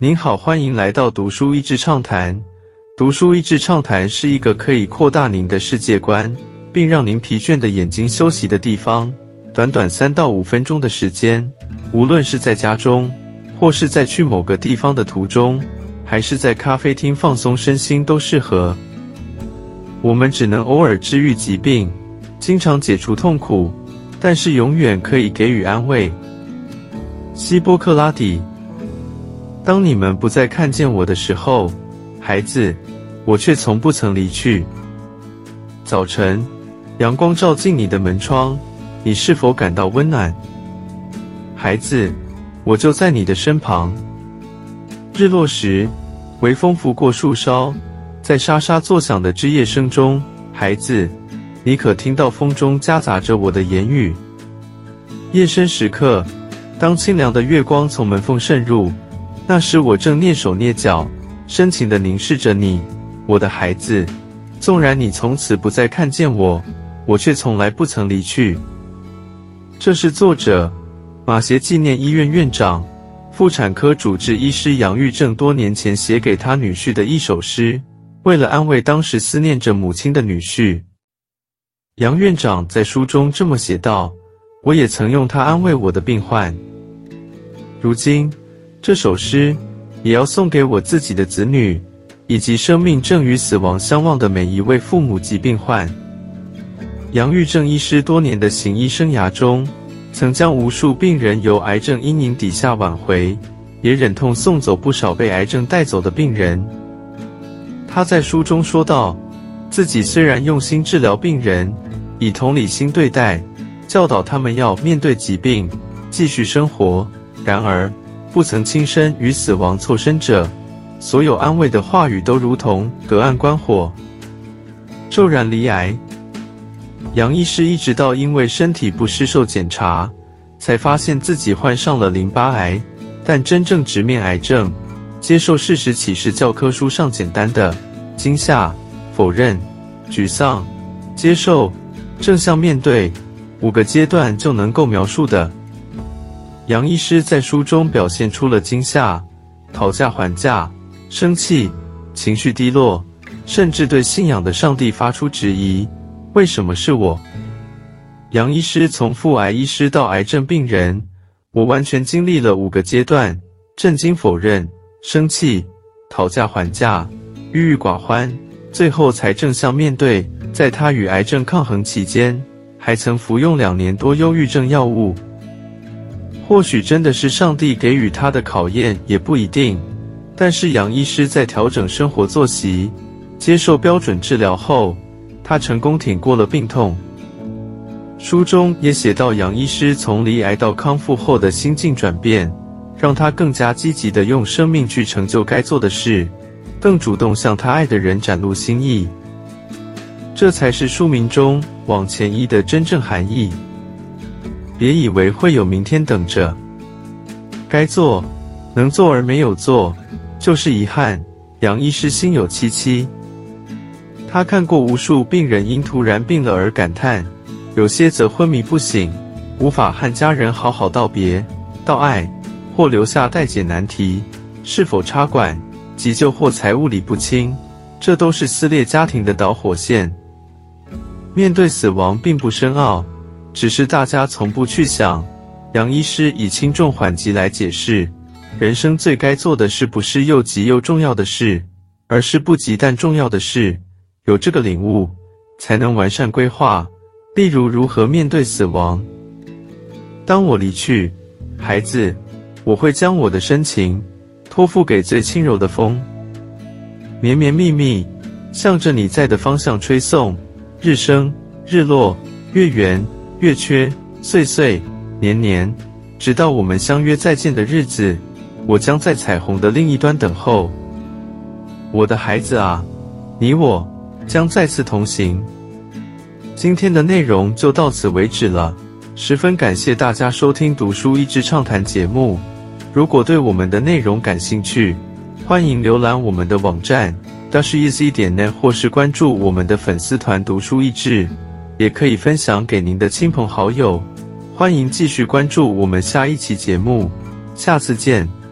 您好，欢迎来到读书益智畅谈。读书益智畅谈是一个可以扩大您的世界观，并让您疲倦的眼睛休息的地方。短短3到5分钟的时间，无论是在家中，或是在去某个地方的途中，还是在咖啡厅放松身心都适合。我们只能偶尔治愈疾病，经常解除痛苦，但是永远可以给予安慰。希波克拉底。当你们不再看见我的时候，孩子，我却从不曾离去。早晨，阳光照进你的门窗，你是否感到温暖？孩子，我就在你的身旁。日落时，微风拂过树梢，在沙沙作响的枝叶声中，孩子，你可听到风中夹杂着我的言语？夜深时刻，当清凉的月光从门缝渗入，那时我正蹑手蹑脚，深情地凝视着你，我的孩子。纵然你从此不再看见我，我却从来不曾离去。这是作者马偕纪念医院院长、妇产科主治医师杨玉正多年前写给他女婿的一首诗，为了安慰当时思念着母亲的女婿。杨院长在书中这么写道：我也曾用它安慰我的病患。如今这首诗也要送给我自己的子女，以及生命正与死亡相望的每一位父母及病患。杨玉正医师多年的行医生涯中，曾将无数病人由癌症阴影底下挽回，也忍痛送走不少被癌症带走的病人。他在书中说道，自己虽然用心治疗病人，以同理心对待，教导他们要面对疾病，继续生活，然而不曾亲身与死亡错身者，所有安慰的话语都如同隔岸观火，骤然离癌。杨医师一直到因为身体不适受检查，才发现自己患上了淋巴癌，但真正直面癌症，接受事实启示教科书上简单的惊吓、否认、沮丧、接受、正向面对5个阶段就能够描述的。杨医师在书中表现出了惊吓、讨价还价、生气、情绪低落，甚至对信仰的上帝发出质疑：为什么是我？杨医师从腹癌医师到癌症病人，我完全经历了5个阶段：震惊、否认、生气、讨价还价、郁郁寡欢，最后才正向面对。在他与癌症抗衡期间，还曾服用2年多忧郁症药物。或许真的是上帝给予他的考验，也不一定。但是杨医师在调整生活作息，接受标准治疗后，他成功挺过了病痛。书中也写到杨医师从离癌到康复后的心境转变，让他更加积极地用生命去成就该做的事，更主动向他爱的人展露心意。这才是书名中往前一的真正含义。别以为会有明天等着，该做能做而没有做，就是遗憾。杨医师心有戚戚，他看过无数病人因突然病了而感叹，有些则昏迷不醒，无法和家人好好道别、道爱，或留下待解难题，是否插管、急救或财务理不清，这都是撕裂家庭的导火线。面对死亡并不深奥，只是大家从不去想。杨医师以轻重缓急来解释，人生最该做的事不是又急又重要的事，而是不急但重要的事。有这个领悟，才能完善规划，例如如何面对死亡。当我离去，孩子，我会将我的深情托付给最轻柔的风，绵绵密密，向着你在的方向吹送，日升日落，月圆月缺，岁岁年年，直到我们相约再见的日子，我将在彩虹的另一端等候。我的孩子啊，你我将再次同行。今天的内容就到此为止了，十分感谢大家收听读书益智畅谈节目。如果对我们的内容感兴趣，欢迎浏览我们的网站 dasheasy.net 或是关注我们的粉丝团读书益智，也可以分享给您的亲朋好友。欢迎继续关注我们下一期节目，下次见。